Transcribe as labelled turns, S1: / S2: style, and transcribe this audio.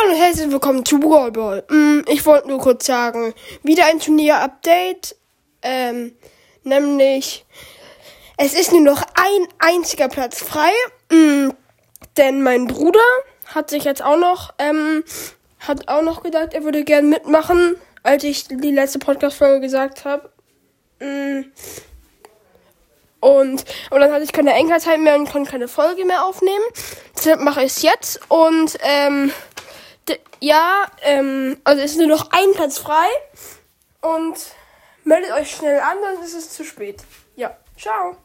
S1: Hallo und herzlich willkommen zu Brawl Ball. Ich wollte nur kurz sagen, wieder ein Turnier-Update. Nämlich, es ist nur noch ein einziger Platz frei. Denn mein Bruder hat sich jetzt auch noch, gesagt, er würde gerne mitmachen, als ich die letzte Podcast-Folge gesagt habe. Aber dann hatte ich keine Enkelzeit mehr und konnte keine Folge mehr aufnehmen. Deshalb mache ich es jetzt. Und also es ist nur noch ein Platz frei. Und meldet euch schnell an, dann ist es zu spät. Ja, ciao.